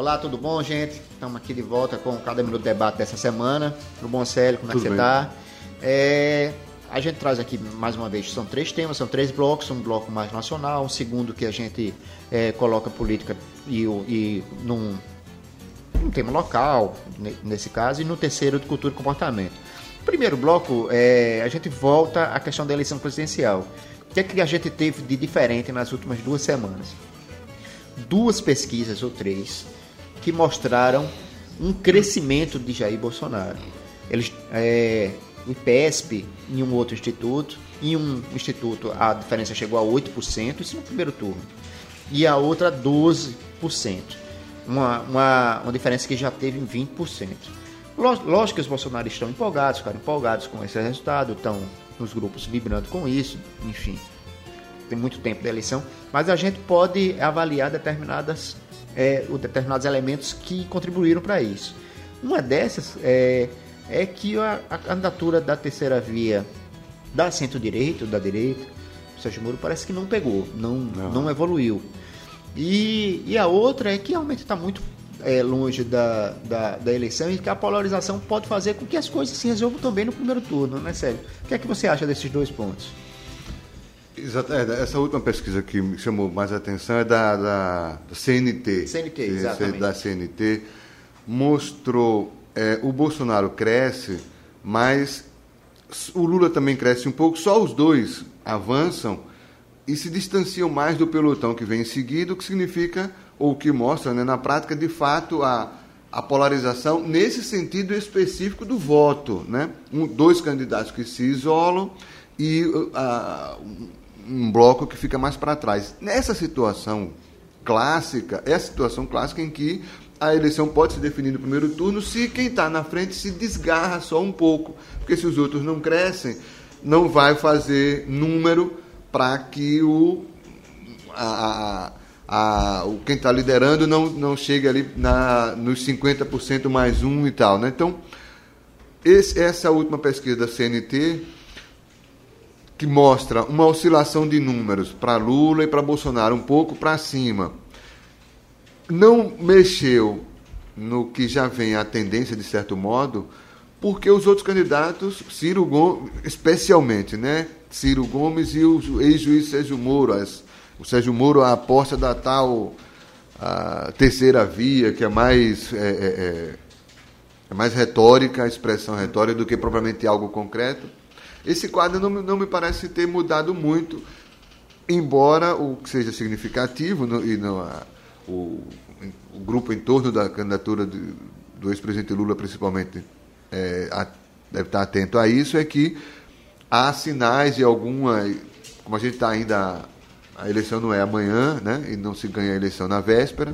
Olá, tudo bom, gente? Estamos aqui de volta com Cada Minuto Debate dessa semana. Tudo bom, Célio? Como é que você está? A gente traz aqui, mais uma vez, são 3 temas, são 3 blocos. Um bloco mais nacional, um segundo que a gente coloca política e num tema local, nesse caso, e no terceiro de cultura e comportamento. No primeiro bloco, a gente volta à questão da eleição presidencial. O que é que a gente teve de diferente nas últimas 2 semanas? 2 pesquisas ou 3 que mostraram um crescimento de Jair Bolsonaro. O IPESP, em um outro instituto, em um instituto a diferença chegou a 8%, isso no primeiro turno, e a outra 12%, uma diferença que já teve em 20%. Lógico que os bolsonaristas estão empolgados, ficaram empolgados com esse resultado, estão nos grupos vibrando com isso, enfim, tem muito tempo da eleição, mas a gente pode avaliar determinados elementos que contribuíram para isso. Uma dessas é que a candidatura da terceira via da centro-direita, da direita, o Sérgio Moro, parece que não pegou, não evoluiu. E a outra é que realmente está muito longe da eleição e que a polarização pode fazer com que as coisas se resolvam também no primeiro turno, né, Célio? O que é que você acha desses 2 pontos? Exato, essa última pesquisa que me chamou mais a atenção é da CNT. CNT, exatamente. Da CNT mostrou o Bolsonaro cresce, mas o Lula também cresce um pouco, só os dois avançam e se distanciam mais do pelotão que vem em seguida, o que significa, ou que mostra, né, na prática, de fato, a polarização nesse sentido específico do voto, né? 2 candidatos que se isolam e um bloco que fica mais para trás. Nessa situação clássica, é a situação clássica em que a eleição pode se definir no primeiro turno se quem está na frente se desgarra só um pouco, porque se os outros não crescem, não vai fazer número para que quem está liderando não chegue ali nos 50% mais um e tal, né? Então, essa última pesquisa da CNT, que mostra uma oscilação de números para Lula e para Bolsonaro, um pouco para cima, não mexeu no que já vem a tendência, de certo modo, porque os outros candidatos, Ciro Gomes, especialmente, né? Ciro Gomes e o ex-juiz Sérgio Moro, o Sérgio Moro a aposta da tal terceira via, que é mais retórica, a expressão retórica, do que propriamente algo concreto. Esse quadro não me parece ter mudado muito, embora o que seja significativo, o grupo em torno da candidatura do ex-presidente Lula, principalmente, deve estar atento a isso, é que há sinais de alguma... Como a gente está ainda... A eleição não é amanhã, né, e não se ganha a eleição na véspera.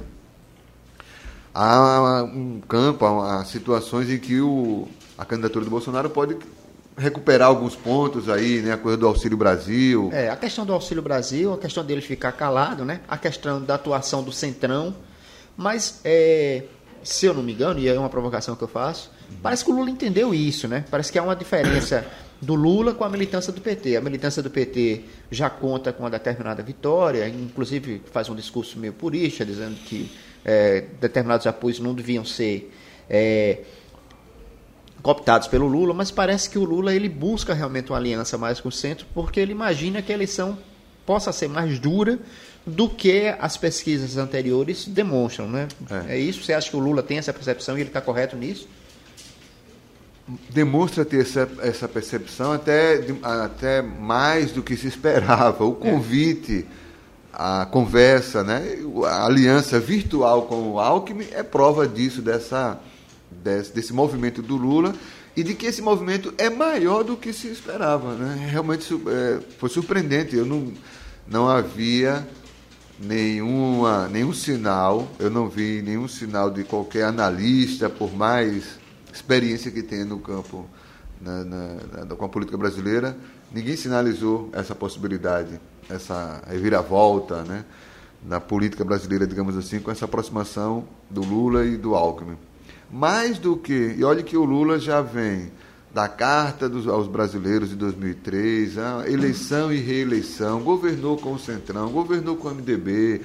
Há um campo, há situações em que a candidatura do Bolsonaro pode recuperar alguns pontos aí, né, a coisa do Auxílio Brasil. A questão do Auxílio Brasil, a questão dele ficar calado, né, a questão da atuação do Centrão, mas, se eu não me engano, e é uma provocação que eu faço, parece que o Lula entendeu isso, né, parece que há uma diferença do Lula com a militância do PT. A militância do PT já conta com uma determinada vitória, inclusive faz um discurso meio purista, dizendo que determinados apoios não deviam ser cooptados pelo Lula, mas parece que o Lula ele busca realmente uma aliança mais com o centro, porque ele imagina que a eleição possa ser mais dura do que as pesquisas anteriores demonstram, né? É isso? Você acha que o Lula tem essa percepção e ele está correto nisso? Demonstra ter essa percepção até mais do que se esperava. O convite, a conversa, né? A aliança virtual com o Alckmin é prova disso, desse movimento do Lula, e de que esse movimento é maior do que se esperava, né? Realmente foi surpreendente. Eu não havia nenhum sinal, eu não vi nenhum sinal de qualquer analista, por mais experiência que tenha no campo com a política brasileira, ninguém sinalizou essa possibilidade, essa reviravolta, né, na política brasileira, digamos assim, com essa aproximação do Lula e do Alckmin. Mais do que... E olha que o Lula já vem da Carta aos Brasileiros de 2003, a eleição e reeleição, governou com o Centrão, governou com o MDB,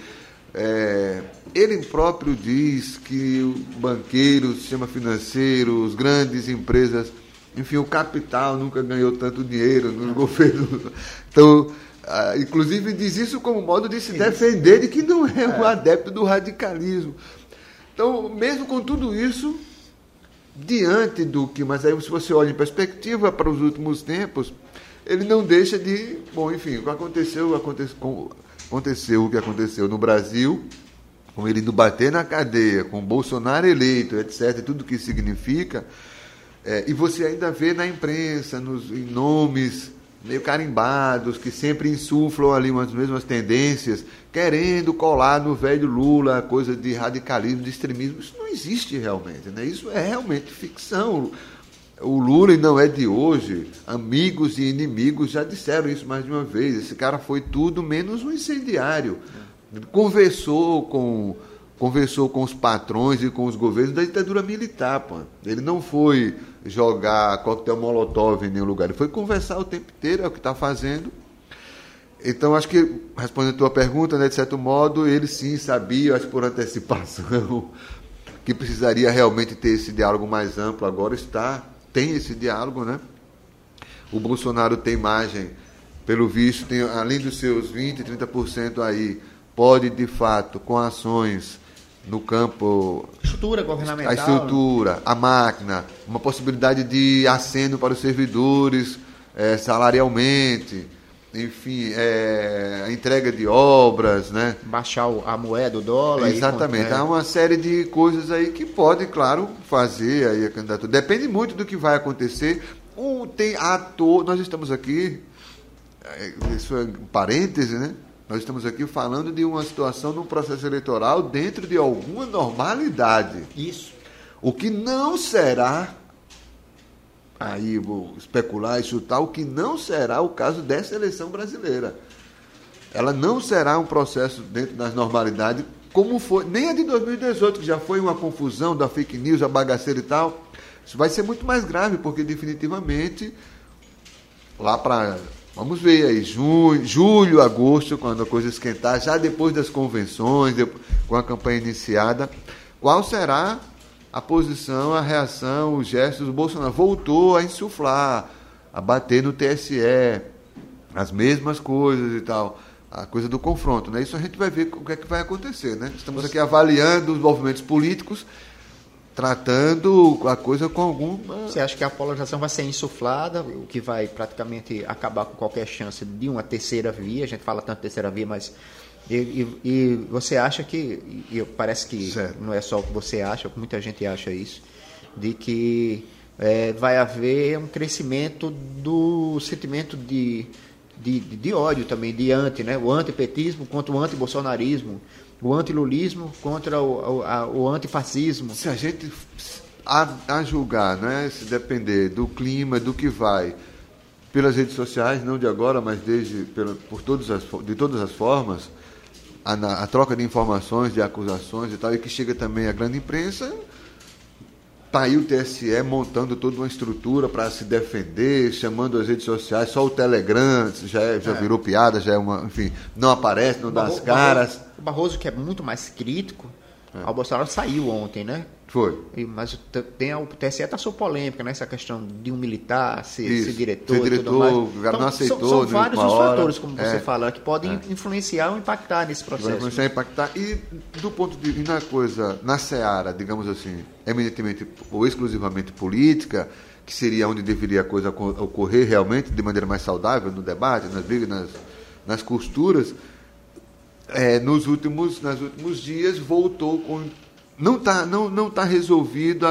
Ele próprio diz que o banqueiro, o sistema financeiro, as grandes empresas, enfim, o capital nunca ganhou tanto dinheiro nos governos. Então, inclusive diz isso como modo de se defender de que não é um adepto do radicalismo. Então, mesmo com tudo isso, diante do que... Mas aí, se você olha em perspectiva para os últimos tempos, ele não deixa de... Bom, enfim, o que aconteceu o que aconteceu no Brasil, com ele indo bater na cadeia, com o Bolsonaro eleito, etc., tudo o que significa, e você ainda vê na imprensa, em nomes meio carimbados, que sempre insuflam ali umas mesmas tendências, querendo colar no velho Lula a coisa de radicalismo, de extremismo. Isso não existe realmente, né? Isso é realmente ficção. O Lula, e não é de hoje, amigos e inimigos já disseram isso mais de uma vez. Esse cara foi tudo menos um incendiário. Ele conversou com os patrões e com os governos da ditadura militar. Pô. Ele não foi jogar coquetel molotov em nenhum lugar. Ele foi conversar o tempo inteiro, é o que está fazendo. Então, acho que, respondendo a tua pergunta, né, de certo modo, ele sim sabia, acho por antecipação, que precisaria realmente ter esse diálogo mais amplo. Agora tem esse diálogo, né? O Bolsonaro tem margem, pelo visto, tem, além dos seus 20%, 30% aí, pode, de fato, com ações no campo... Estrutura governamental. A estrutura, a máquina, uma possibilidade de aceno para os servidores salarialmente, enfim, a entrega de obras, né? Baixar a moeda, o dólar. Exatamente. Há uma série de coisas aí que pode, claro, fazer aí a candidatura. Depende muito do que vai acontecer. Nós estamos aqui, isso é um parêntese, né? Nós estamos aqui falando de uma situação num processo eleitoral dentro de alguma normalidade. Isso. O que não será, aí vou especular e chutar, o que não será o caso dessa eleição brasileira. Ela não será um processo dentro das normalidades, como foi, nem a de 2018, que já foi uma confusão da fake news, a bagaceira e tal. Isso vai ser muito mais grave, porque definitivamente, lá para... Vamos ver aí, julho, agosto, quando a coisa esquentar, já depois das convenções, com a campanha iniciada, qual será a posição, a reação, os gestos do Bolsonaro? Voltou a insuflar, a bater no TSE, as mesmas coisas e tal, a coisa do confronto, né? Isso a gente vai ver o que é que vai acontecer, né? Estamos aqui avaliando os movimentos políticos, tratando a coisa com alguma... Você acha que a polarização vai ser insuflada, o que vai praticamente acabar com qualquer chance de uma terceira via? A gente fala tanto terceira via, mas... E você acha que... E parece que certo. Não é só o que você acha, muita gente acha isso, de que vai haver um crescimento do sentimento de ódio também, de né? O antipetismo contra o antibolsonarismo, o antilulismo contra o antifascismo. Se a gente a julgar, né, se depender do clima, do que vai, pelas redes sociais, não de agora, mas de todas as formas, a troca de informações, de acusações e tal, e que chega também à grande imprensa, está aí o TSE montando toda uma estrutura para se defender, chamando as redes sociais, só o Telegram já virou piada, já é uma, enfim, não aparece, não dá as caras. O Barroso, que é muito mais crítico, ao Bolsonaro saiu ontem, né? Foi. Mas o TSE está sob polêmica, né? Essa questão de um militar ser diretor. Ser diretor, o cara não aceitou. São vários os fatores, como você fala, que podem influenciar ou impactar nesse processo. Vai influenciar, impactar. E do ponto de vista na seara, digamos assim, eminentemente ou exclusivamente política, que seria onde deveria a coisa ocorrer realmente de maneira mais saudável, no debate, nas brigas, nas costuras, nos últimos dias voltou com... Não tá resolvido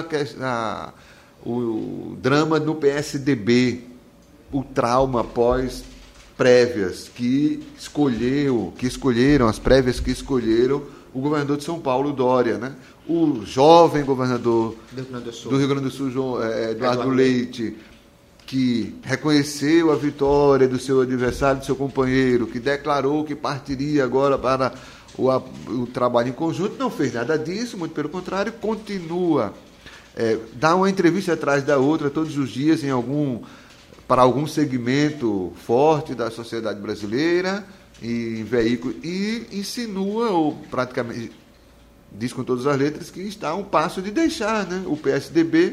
o drama no PSDB, o trauma pós prévias que escolheram as prévias que escolheram o governador de São Paulo, Dória, né? O jovem governador do Rio Grande do Sul, Eduardo Leite, que reconheceu a vitória do seu adversário, do seu companheiro, que declarou que partiria agora para o trabalho em conjunto, não fez nada disso, muito pelo contrário, continua, dá uma entrevista atrás da outra todos os dias para algum segmento forte da sociedade brasileira, em veículos e insinua, ou praticamente diz com todas as letras, que está a um passo de deixar, né, o PSDB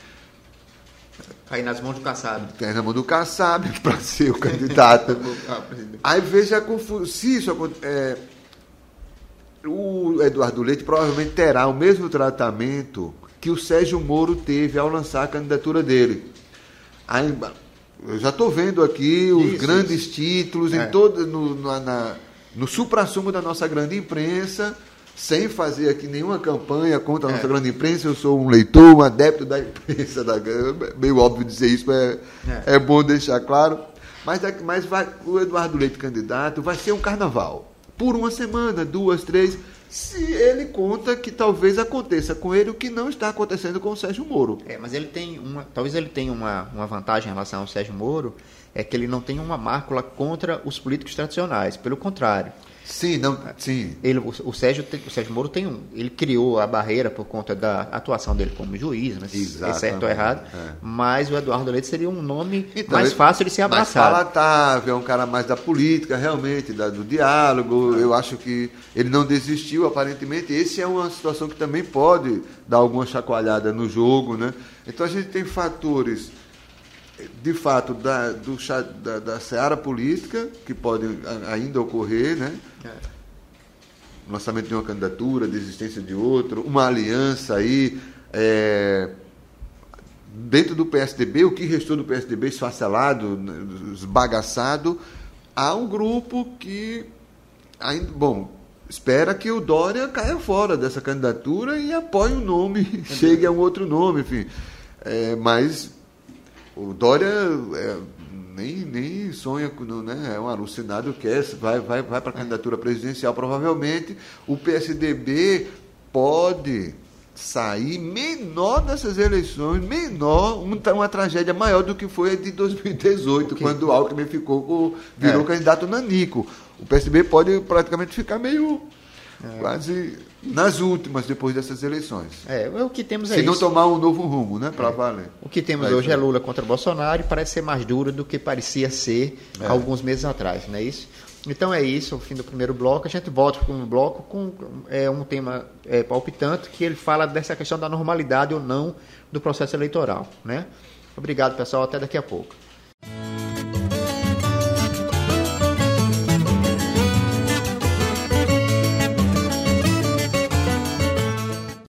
cair nas mãos do Kassab. Cair na mão do Kassab para ser o candidato. Aí veja a confusão. Se isso acontecer, o Eduardo Leite provavelmente terá o mesmo tratamento que o Sérgio Moro teve ao lançar a candidatura dele. Aí, eu já estou vendo aqui os grandes títulos em todo, no supra-sumo da nossa grande imprensa, sem fazer aqui nenhuma campanha contra a nossa grande imprensa. Eu sou um leitor, um adepto da imprensa, meio óbvio dizer isso, mas é bom deixar claro. Mas o Eduardo Leite candidato vai ser um carnaval. Por uma semana, 2, 3, se ele conta que talvez aconteça com ele o que não está acontecendo com o Sérgio Moro. Mas ele tem talvez ele tenha uma vantagem em relação ao Sérgio Moro, é que ele não tem uma mácula contra os políticos tradicionais, pelo contrário. Sim, sim. O Sérgio Moro ele criou a barreira por conta da atuação dele como juiz, né? É certo ou errado, mas o Eduardo Leite seria um nome mais fácil de ser abraçado. Mais palatável, é um cara mais da política, realmente, do diálogo. Eu acho que ele não desistiu, aparentemente. Essa é uma situação que também pode dar alguma chacoalhada no jogo, né? Então a gente tem fatores, de fato, da seara política, que podem ainda ocorrer, né? Lançamento de uma candidatura, desistência de outra, uma aliança aí, dentro do PSDB, o que restou do PSDB esfacelado, esbagaçado, há um grupo que ainda, espera que o Dória caia fora dessa candidatura e apoie um nome, chegue a um outro nome, enfim. Mas o Dória nem sonha, né? É um alucinado, vai para a candidatura presidencial, provavelmente. O PSDB pode sair menor dessas eleições, uma tragédia maior do que foi a de 2018, quando o Alckmin virou candidato nanico. O PSDB pode praticamente ficar meio quase nas últimas, depois dessas eleições. O que temos Se não tomar um novo rumo, né, para valer. O que temos hoje é Lula contra Bolsonaro, e parece ser mais duro do que parecia ser alguns meses atrás, não é isso? Então é isso, o fim do primeiro bloco. A gente volta com um bloco com um tema palpitante, que ele fala dessa questão da normalidade ou não do processo eleitoral, né? Obrigado, pessoal, até daqui a pouco.